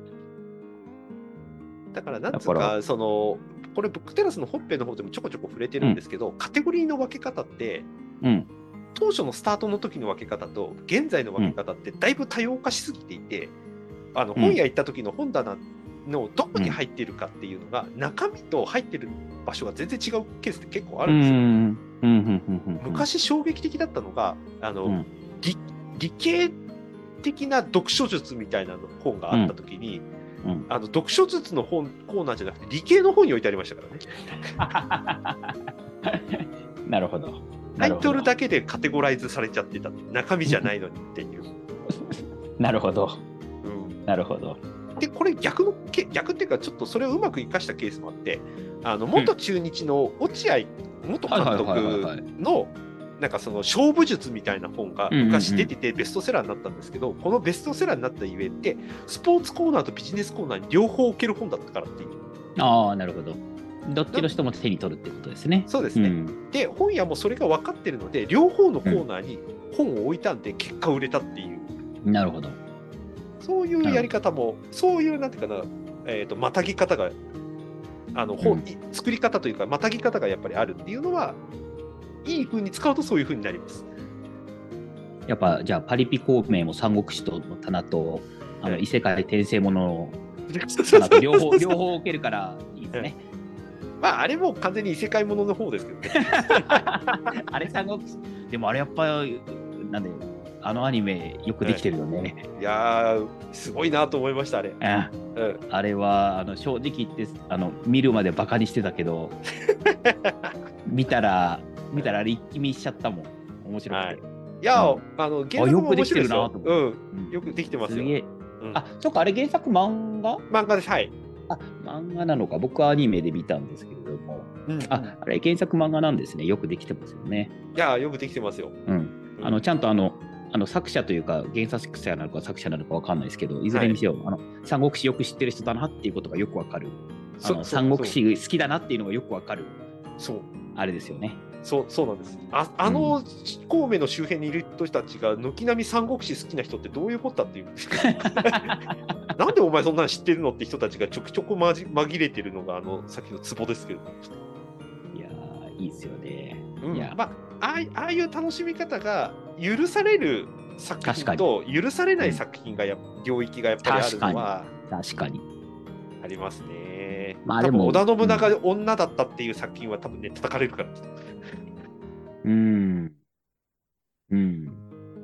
S2: だからなんつうかそのこれブックテラスの本編の方でもちょこちょこ触れてるんですけど、うん、カテゴリーの分け方って、
S3: うん、
S2: 当初のスタートの時の分け方と現在の分け方ってだいぶ多様化しすぎていて、うん、あの本屋行った時の本棚のどこに入っているかっていうのが、うん、中身と入ってる場所が全然違うケースって結構あるんですよ。うんうんうんうん、昔衝撃的だったのがあの、うん、理, 理系的な読書術みたいな本があった時に、うん、あの読書術の本コーナーじゃなくて理系の本に置いてありましたから
S3: ね。なるほど。
S2: タイトルだけでカテゴライズされちゃってた、中身じゃないのにっていう。
S3: なるほど、
S2: うん、
S3: なるほど。
S2: でこれ逆の逆っていうかちょっとそれをうまく生かしたケースもあって、あの元中日の落合元監督のなんかその勝負術みたいな本が昔出ててベストセラーになったんですけど、うんうんうん、このベストセラーになったゆえってスポーツコーナーとビジネスコーナーに両方置ける本だったからっていう。
S3: ああ、なるほど。どっちの人も手に取るってことですね。
S2: そうですね、うん、で本屋もそれが分かってるので両方のコーナーに本を置いたんで結果売れたっていう、
S3: うん、なるほど。
S2: そういうやり方もそういうなんていうかな、えーと、またぎ方があの本、うん、作り方というかまたぎ方がやっぱりあるっていうのはいい風に使うとそういう風になります。
S3: やっぱじゃあパリピ孔明も三国志との棚とあの異世界転生ものの棚と両方両方置けるからいいですね。
S2: まああれも完全に異世界ものの方ですけどね。
S3: あれ三国志でもあれやっぱりなんであのアニメよくできてるよね。
S2: はい、いやーすごいなと思いましたあれ。
S3: あ, うん、あれはあの正直言ってあの見るまでバカにしてたけど見たら見たらあれ一気見しちゃったもん。面白くて。はい、い
S2: や、うん、あの原作も面白いですよ。
S3: よくできてるなと思って、
S2: うんうん、よくできてますよ。
S3: すげえ。うん、あ、そっかあれ原作漫画？
S2: 漫画です。はい。
S3: あ、漫画なのか。僕はアニメで見たんですけれども、うん、あ、あれ原作漫画なんですね。よくできてますよね。
S2: いや、よくできてますよ。
S3: うん。あのちゃんとあのあの作者というか原作者なのか作者なのかわかんないですけど、いずれにせよ、はい、あの三国志よく知ってる人だなっていうことがよくわかる。あの三国志好きだなっていうのがよくわかる。
S2: そう。あ
S3: れですよね。
S2: そうそうなんです。あ, あの孔明の周辺にいる人たちが軒並み三国志好きな人ってどういうことだっていうなんでお前そんなの知ってるのって人たちがちょくちょく紛れてるのがあのさっきのツボですけど。
S3: いやーいいですよね。
S2: うん、いやまあああいう楽しみ方が許される作品と許されない作品がや、うん、領域がやっぱりあるのは
S3: 確かに
S2: ありますね。
S3: まあでも
S2: 多分織田信長が女だったっていう作品は多分ね叩かれるからです。
S3: うんうん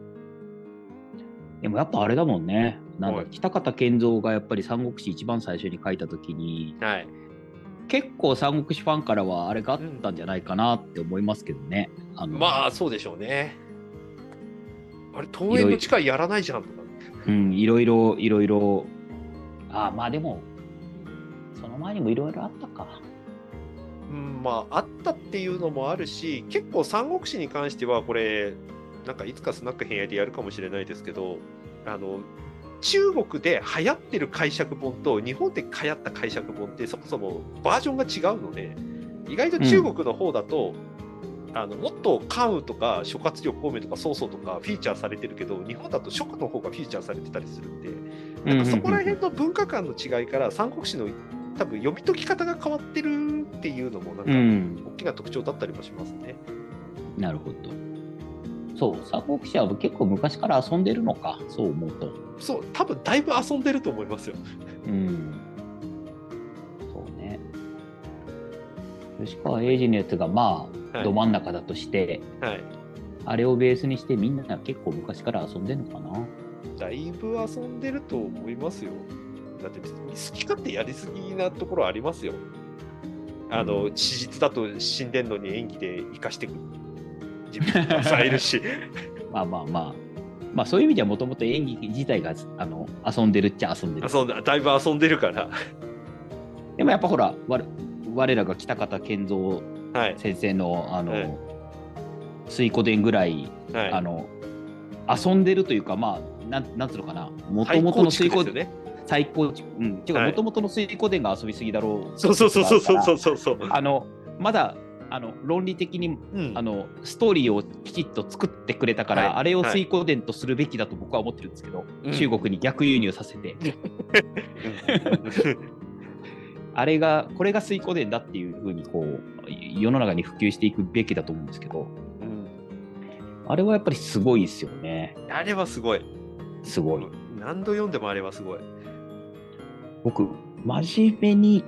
S3: でもやっぱあれだもんね。なんだ北方健三がやっぱり三国志一番最初に書いた時に、はい、結構三国志ファンからはあれがあったんじゃないかなって思いますけどね。
S2: うん、あのまあそうでしょうね。あれ東映の誓いやらないじゃんとか。
S3: うん、いろいろいろいろ。あまあでもその前にもいろいろあったか。
S2: うん、まああったっていうのもあるし、結構三国志に関してはこれなんかいつかスナック変愛でやるかもしれないですけど、あの中国で流行ってる解釈本と日本で流行った解釈本ってそもそもバージョンが違うので、意外と中国の方だと、うん、あのもっと関羽とか諸葛亮孔明とか曹操とかフィーチャーされてるけど、日本だと諸葛の方がフィーチャーされてたりするんで、なんかそこら辺の文化間の違いから三国志の多分読み解き方が変わってるっていうのもなんか大きな特徴だったりもしますね。
S3: うん、なるほど。そう三国志は結構昔から遊んでるのか、そう思うと。
S2: そう多分だいぶ遊んでると思いますよ。
S3: うんそうね。吉川英治のやつがまあ、はい、ど真ん中だとして、はい、あれをベースにしてみんな結構昔から遊んでるのかな。
S2: だいぶ遊んでると思いますよ。だって好き勝手やりすぎなところありますよ。あの、うん、史実だと死んでんのに演技で生かしてくる自分がさえるし
S3: まあまあまあまあそういう意味ではもともと演技自体があの遊んでるっちゃ遊んでる。
S2: 遊んだだいぶ遊んでるから。
S3: でもやっぱほら我, 我らが北方健三先生の、はい、あの、はい、水湖伝ぐらい、はい、あの遊んでるというかまあなんなんつうのかな、もともとの水湖伝最高値、うん、っていうかもともとの水湖伝が遊びすぎだろう。
S2: そうそうそうそうそうそうそう。
S3: あのまだあの論理的に、うん、あのストーリーをきちっと作ってくれたから、はい、あれを水湖伝とするべきだと僕は思ってるんですけど、はい、中国に逆輸入させて、うん、あれがこれが水湖伝だっていうふうにこう世の中に普及していくべきだと思うんですけど、うん、あれはやっぱりすごいですよね。
S2: あれはすごい
S3: すごい。
S2: 何度読んでもあれはすごい。
S3: 僕真面目に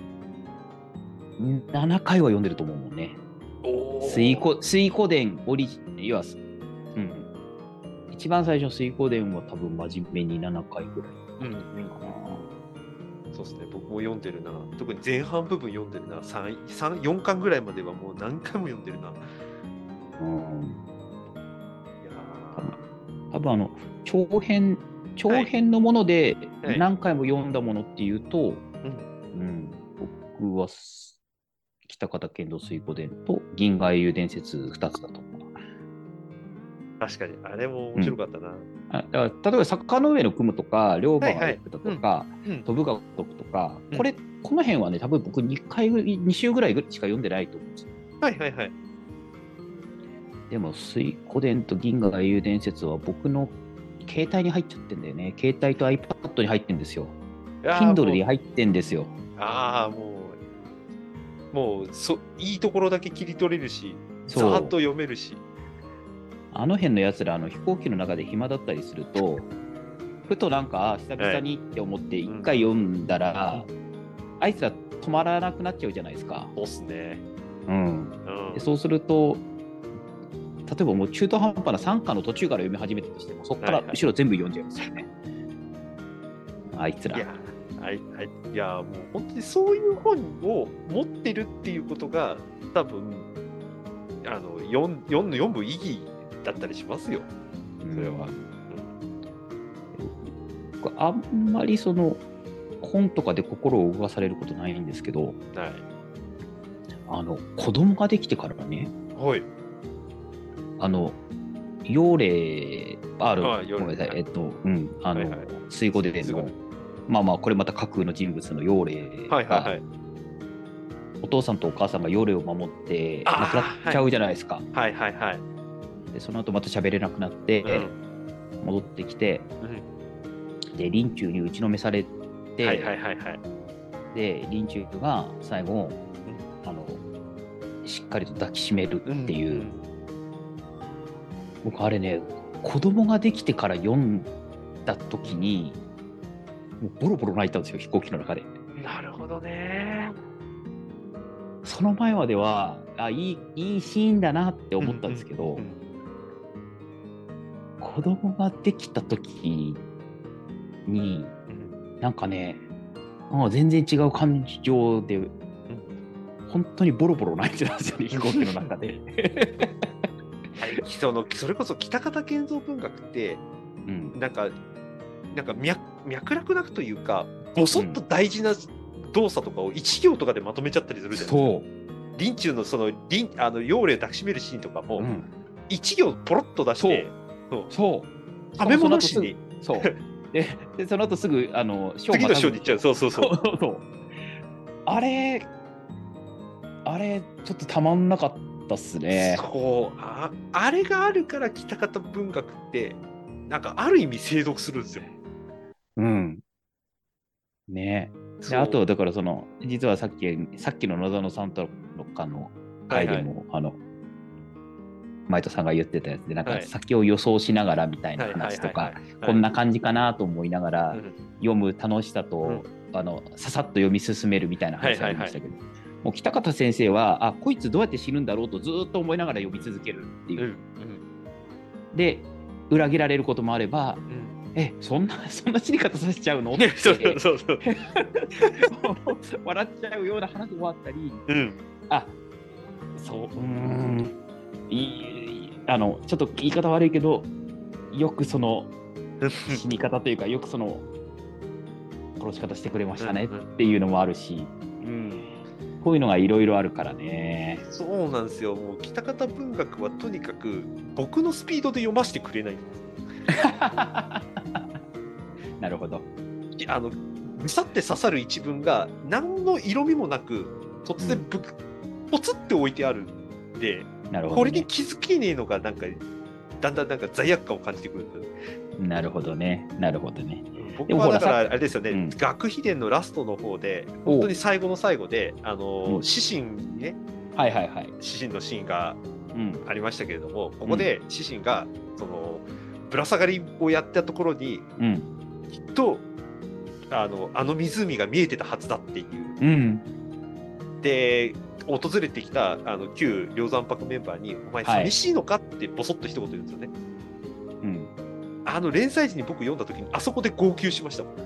S3: ななかいは読んでると思うもんね。水湖水湖伝オリジ要は、うん、一番最初水湖伝は多分真面目にななかいぐらいかな、うんうん、
S2: そうですね。僕も読んでるな。特に前半部分読んでるな。さん、よんかんぐらいまではもう何回も読んでるな。うん、いや
S3: 多分あの長編長編のもので何回も読んだものっていうと、はいはいうんうん、僕は北方健三水湖伝と銀河英雄伝説ふたつだと思う。
S2: 確かにあれも面白かったな。うん、
S3: あだから例えば坂の上の雲とか龍馬が行くだとか飛ぶが如くとか、うん、これこの辺はね多分僕にかいに週ぐらいしか読んでないと思うんですよ。
S2: はいはいはい。
S3: でも水湖伝と銀河英雄伝説は僕の携帯に入っちゃってんだよね。携帯と iPad に入ってんですよ。Kindle に入ってんですよ。
S2: ああもうもうそいいところだけ切り取れるし、ざーっと読めるし。
S3: あの辺のやつらあの飛行機の中で暇だったりすると、ふとなんか久々にって思って一回読んだら、はいうん、あいつら止まらなくなっちゃうじゃないですか。
S2: そうっすね。
S3: うん。うん、でそうすると。例えばもう中途半端なさんかの途中から読み始めたとしてもそこから後ろ全部読んじゃうんですよね、はいはい、あいつら。
S2: いや、あいあいいやもう本当にそういう本を持ってるっていうことが多分あの 読, 読, 読む意義だったりしますよ。それは、
S3: うん、あんまりその本とかで心を動かされることないんですけど、はい、あの子供ができてからね、はいあの幽霊あるあごめんなさい、えっとうんあの、はいはい、水湖伝のまあまあこれまた架空の人物の幽霊が、はいはいはい、お父さんとお母さんが幽霊を守って亡くなっちゃうじゃないですか。
S2: はいはいはい。
S3: でその後また喋れなくなって、うん、戻ってきて、うん、で林中に打ちのめされて、はいはいはいはい、で林中が最後、うん、あのしっかりと抱きしめるっていう。うんうん僕あれね子供ができてから読んだ時にもうボロボロ泣いたんですよ、飛行機の中で。
S2: なるほどね。
S3: その前まではあいい、いいシーンだなって思ったんですけど、
S2: うんうんうん、
S3: 子供ができた時に、うん、なんかね、あ全然違う感情で、うん、本当にボロボロ泣いてたんですよね、飛行機の中で。
S2: そのそれこそ北方建造文学って、うん、なんかなんか 脈, 脈絡なくというか、ぼそっと大事な動作とかを一行とかでまとめちゃったりするじゃないですか。林中のその林あの妖霊を抱きしめるシーンとかも、うん、一行ポロッと出して、
S3: そうそう
S2: 食べ物しに
S3: そうででその後すぐあの
S2: 次の章に行っちゃう。そうそうそう
S3: そうそうあれあれちょっとたまんなかったっすね。
S2: そう あ, あれがあるから北方文学ってなんかある意味精読するんですよ。
S3: うんねであとだからその実はさっきさっきの野沢さんとかの回でも、はいはい、あの前戸さんが言ってたやつでなんか先を予想しながらみたいな話とかこんな感じかなと思いながら読む楽しさと、うん、あのささっと読み進めるみたいな話ありましたけど、はいはいはい、もう北方先生はあこいつどうやって死ぬんだろうとずっと思いながら読み続けるっていう、うんうん、で裏切られることもあれば、うんえそんなそんな死に方させちゃうのって
S2: そうそうそう
S3: 笑っちゃうような話もあったり、
S2: うん、
S3: あそううーんいいあのちょっと言い方悪いけどよくその死に方というかよくその殺し方してくれましたねっていうのもあるし、うんうん、こういうのがいろいろあるからね。
S2: そうなんですよ。もう北方文学はとにかく僕のスピードで読ませてくれないんです
S3: なるほど。
S2: あのぐさって刺さる一文が何の色味もなく突然ぶ、うん、ポツって置いてあるんで、なるほどね、これに気づけねえのがなんかだんだんなんか罪悪感を感じてくるんです。
S3: なるほどねなるほどね。
S2: 僕はだからあれですよね、うん、学秘伝のラストの方で本当に最後の最後であの獅子にね、
S3: はいはいはい、
S2: 獅子のシーンがありましたけれども、うん、ここで獅子がそのぶら下がりをやったところに、うん、きっとあのあの湖が見えてたはずだっていう、うん、で訪れてきたあの旧梁山泊メンバーに「お前寂しいのか?」ってボソッと一言言うんですよね、うん、あの連載時に僕読んだ時にあそこで号泣しましたもん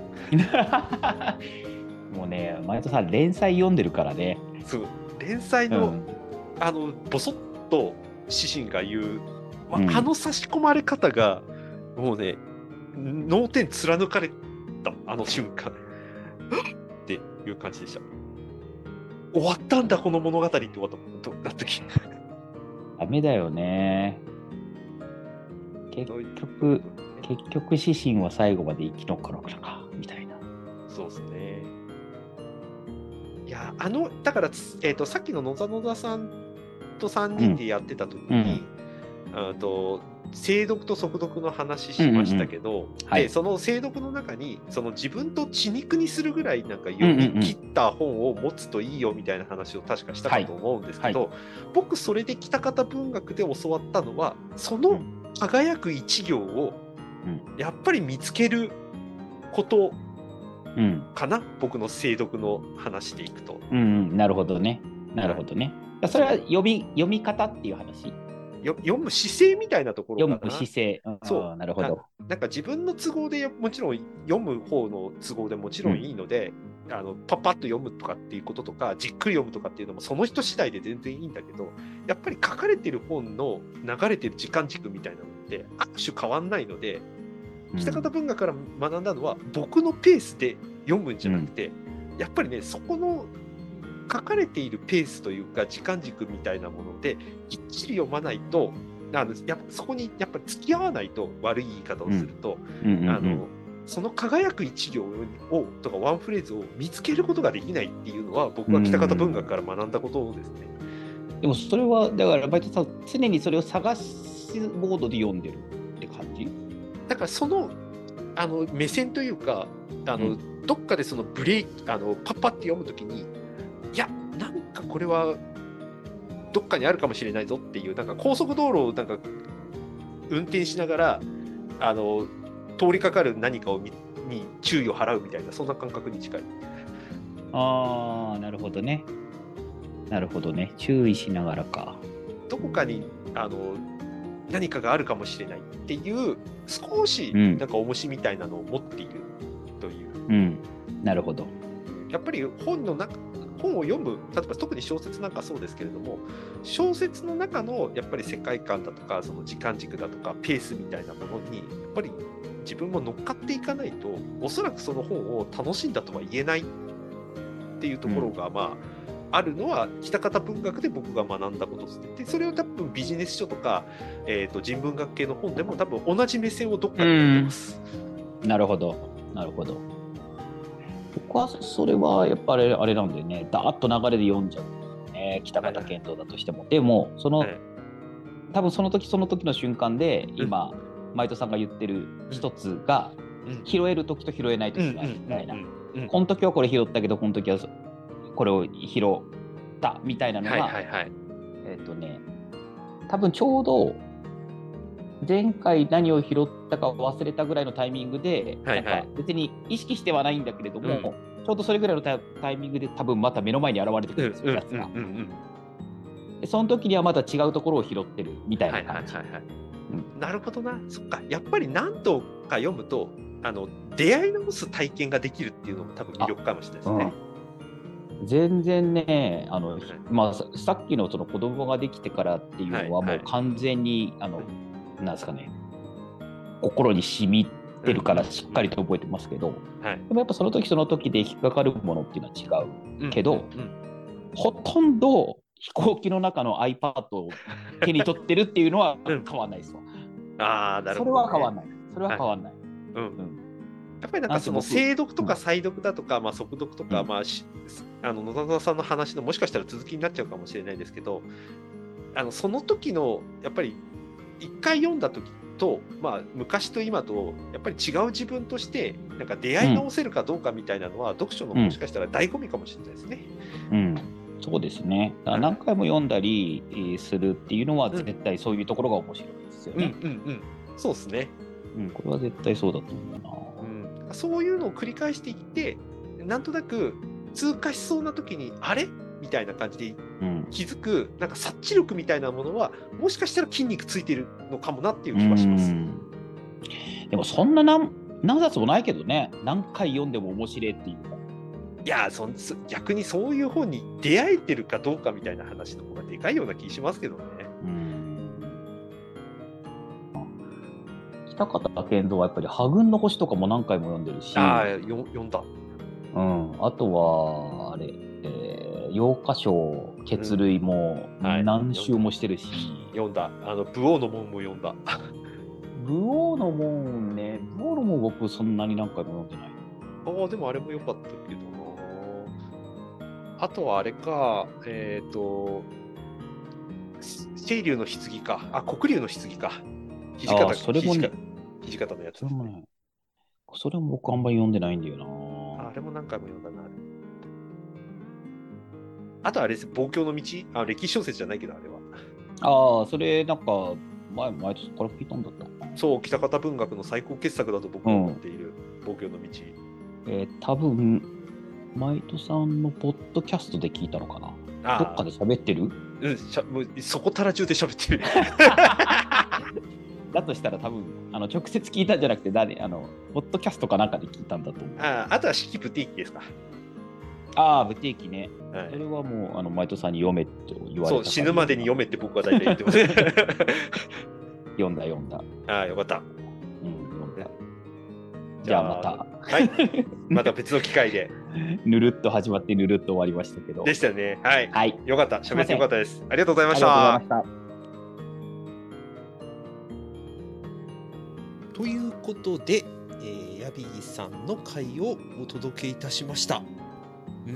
S3: もうね前戸さん連載読んでるからね。
S2: そう連載の、うん、あのボソッと獅子が言う、うん、あの差し込まれ方がもうね脳天貫かれたあの瞬間っていう感じでした。終わったんだこの物語って終わったなった時
S3: ダメだよね。結局結局獅子は最後まで生き残るのかみたいな。
S2: そうですね。いやあのだから、えーと、さっきの野田野田さんとさんにんでやってた時に、うんうん、と精読と速読の話しましたけど、うんうんうん、で、はい、その精読の中にその自分と血肉にするぐらいなんか読み切った本を持つといいよみたいな話を確かしたかと思うんですけど、はいはい、僕それで北方文学で教わったのはその輝く一行をやっぱり見つけることかな、うん、僕の精読の話でいくと、
S3: うんうん、なるほどねなるほどね、はい、それは読み読み方っていう話、
S2: 読む姿勢みたいなところかな。
S3: 読む姿勢、うん、そうなるほど。
S2: な, なんか自分の都合でもちろん読む方の都合でもちろんいいので、うん、あのパッパッと読むとかっていうこととかじっくり読むとかっていうのもその人次第で全然いいんだけど、やっぱり書かれてる本の流れてる時間軸みたいなのってある種変わんないので、うん、北方文学から学んだのは僕のペースで読むんじゃなくて、うん、やっぱりねそこの書かれているペースというか時間軸みたいなものできっちり読まないと、あのやっぱそこにやっぱり付き合わないと、悪い言い方をすると、うんうんうん、あのその輝く一行をとかワンフレーズを見つけることができないっていうのは僕は北方文学から学んだことですね。
S3: うん、でもそれはだからバイトさん常にそれを探すモードで読んでるって感じ？
S2: だからそのあの目線というかあの、うん、どっかでそのブレーキあのパッパって読むときにいやなんかこれはどっかにあるかもしれないぞっていうなんか高速道路をなんか運転しながらあの通りかかる何かを見に注意を払うみたいな、そんな感覚に近い。
S3: ああ、なるほどね。なるほどね。注意しながらか。
S2: どこかにあの何かがあるかもしれないっていう少しなんか重しみたいなのを持っているという。
S3: うん、うん、なるほど。
S2: やっぱり本の中本を読む、例えば特に小説なんかそうですけれども、小説の中のやっぱり世界観だとかその時間軸だとかペースみたいなものにやっぱり自分も乗っかっていかないと、おそらくその本を楽しんだとは言えないっていうところが、まあ、うん、あるのは北方文学で僕が学んだことで、それを多分ビジネス書とか、えーと、人文学系の本でも多分同じ目線をどっかで持ってます。
S3: なるほど、なるほど。僕はそれはやっぱりあれなんだよね、だーっと流れで読んじゃう、ね、北方健三だとしても、はい、でもその、はい、多分その時その時の瞬間で今、うん、マイトさんが言ってる一つが、うん、拾える時と拾えない時があるみたいな、この時はこれ拾ったけどこの時はこれを拾ったみたいなのが、はいはいはい、えっとね多分ちょうど前回何を拾ったか忘れたぐらいのタイミングで、はいはい、なんか別に意識してはないんだけれども、うん、ちょうどそれぐらいの タ, タイミングで多分また目の前に現れてくるんですよ、やつが。でその時にはまた違うところを拾ってるみたいな感じ。
S2: なるほどな。そっか、やっぱり何度か読むとあの出会い直す体験ができるっていうのも多分魅力かもしれないですね。
S3: 全然ね、あの、まあ、さっきのその子供ができてからっていうのはもう完全に、はいはい、あのなんですかね、心に染みてるからしっかりと覚えてますけど、うんはい、でもやっぱその時その時で引っかかるものっていうのは違うけど、うんうんうん、ほとんど飛行機の中の iPad を手に取ってるっていうのは変わんないですわ。
S2: うん、ああ、なるほど、ね、
S3: それは変わんない。それは変わんない。はい、うんうん、
S2: やっぱりなんかその精読とか再読だとか、まあ、速読とか、うん、まあ、あの野田さんの話のもしかしたら続きになっちゃうかもしれないですけど、あのその時のやっぱり一回読んだ時と、まあ、昔と今とやっぱり違う自分としてなんか出会い直せるかどうかみたいなのは、うん、読書のもしかしたら醍醐味かもしれないですね。
S3: うん、うん、そうですね。だから何回も読んだりするっていうのは絶対そういうところが面白いですよね。
S2: うんうんうんうん、そうですね。
S3: うん、これは絶対そうだと思うな。
S2: うん、そういうのを繰り返していってなんとなく通過しそうな時にあれみたいな感じで気づく、うん、なんか察知力みたいなものはもしかしたら筋肉ついてるのかもなっていう気はします。
S3: でもそんな 何, 何冊もないけどね、何回読んでも面白いっていうか、
S2: いやそ逆にそういう本に出会えてるかどうかみたいな話の方がでかいような気しますけどね。うん、
S3: 北方健三はやっぱり破軍の星とかも何回も読んでるし、
S2: ああ読んだ、
S3: うん、あとはあれ、えー、洋歌賞血類も何週もしてるし、
S2: うんはい、読んだ、あの武王の門も読んだ。
S3: 武王の門ね、武王の門僕そんなに何回も読んでない。
S2: ああでもあれも良かったけどな。あとはあれか、えっ、ー、と清流の棺か、あ黒龍の棺か、土方、
S3: あそれもね、
S2: 土方のやつ、
S3: それもね、それも僕あんまり読んでないんだよな。
S2: あれも何回も読んだな。あとあれです、望郷の道、あ歴史小説じゃないけどあれは。
S3: ああ、それなんか前前から聞いたんだった。
S2: そう、北方文学の最高傑作だと僕は思っている、うん、望郷の道。
S3: えー、多分マイトさんのポッドキャストで聞いたのかな。どっかで喋ってる？
S2: うん、しゃもうそこたら中で喋ってる。
S3: だとしたら多分あの直接聞いたんじゃなくて誰あのポッドキャストかなんかで聞いたんだと思う。
S2: ああとは四季ブティーキですか。
S3: ああブティーキね、はい、それはもうあのマイトさんに読めと言われた。
S2: そう死ぬまでに読めって僕は大体言ってます。
S3: 読んだ読んだ。
S2: ああよかった。
S3: うん読んだ。じゃあまた。
S2: はい。また別の機会で。
S3: ぬるっと始まってぬるっと終わりましたけど。
S2: でしたね。はい。
S3: はい。
S2: よかった。喋ってよかったです。ありがとうございました。
S3: ありがとうございました。
S1: ということで、えー、ヤビーさんの回をお届けいたしました。うん。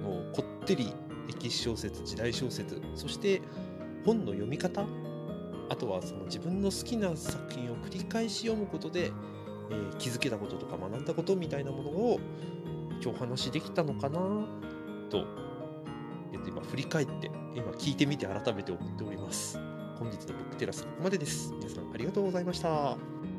S1: もうこってり歴史小説、時代小説、そして本の読み方、あとはその自分の好きな作品を繰り返し読むことで、えー、気づけたこととか学んだことみたいなものを今日お話できたのかなと、えっと、今振り返って今聞いてみて改めて思っております。 本日のブックテラスここまでです。皆さんありがとうございました。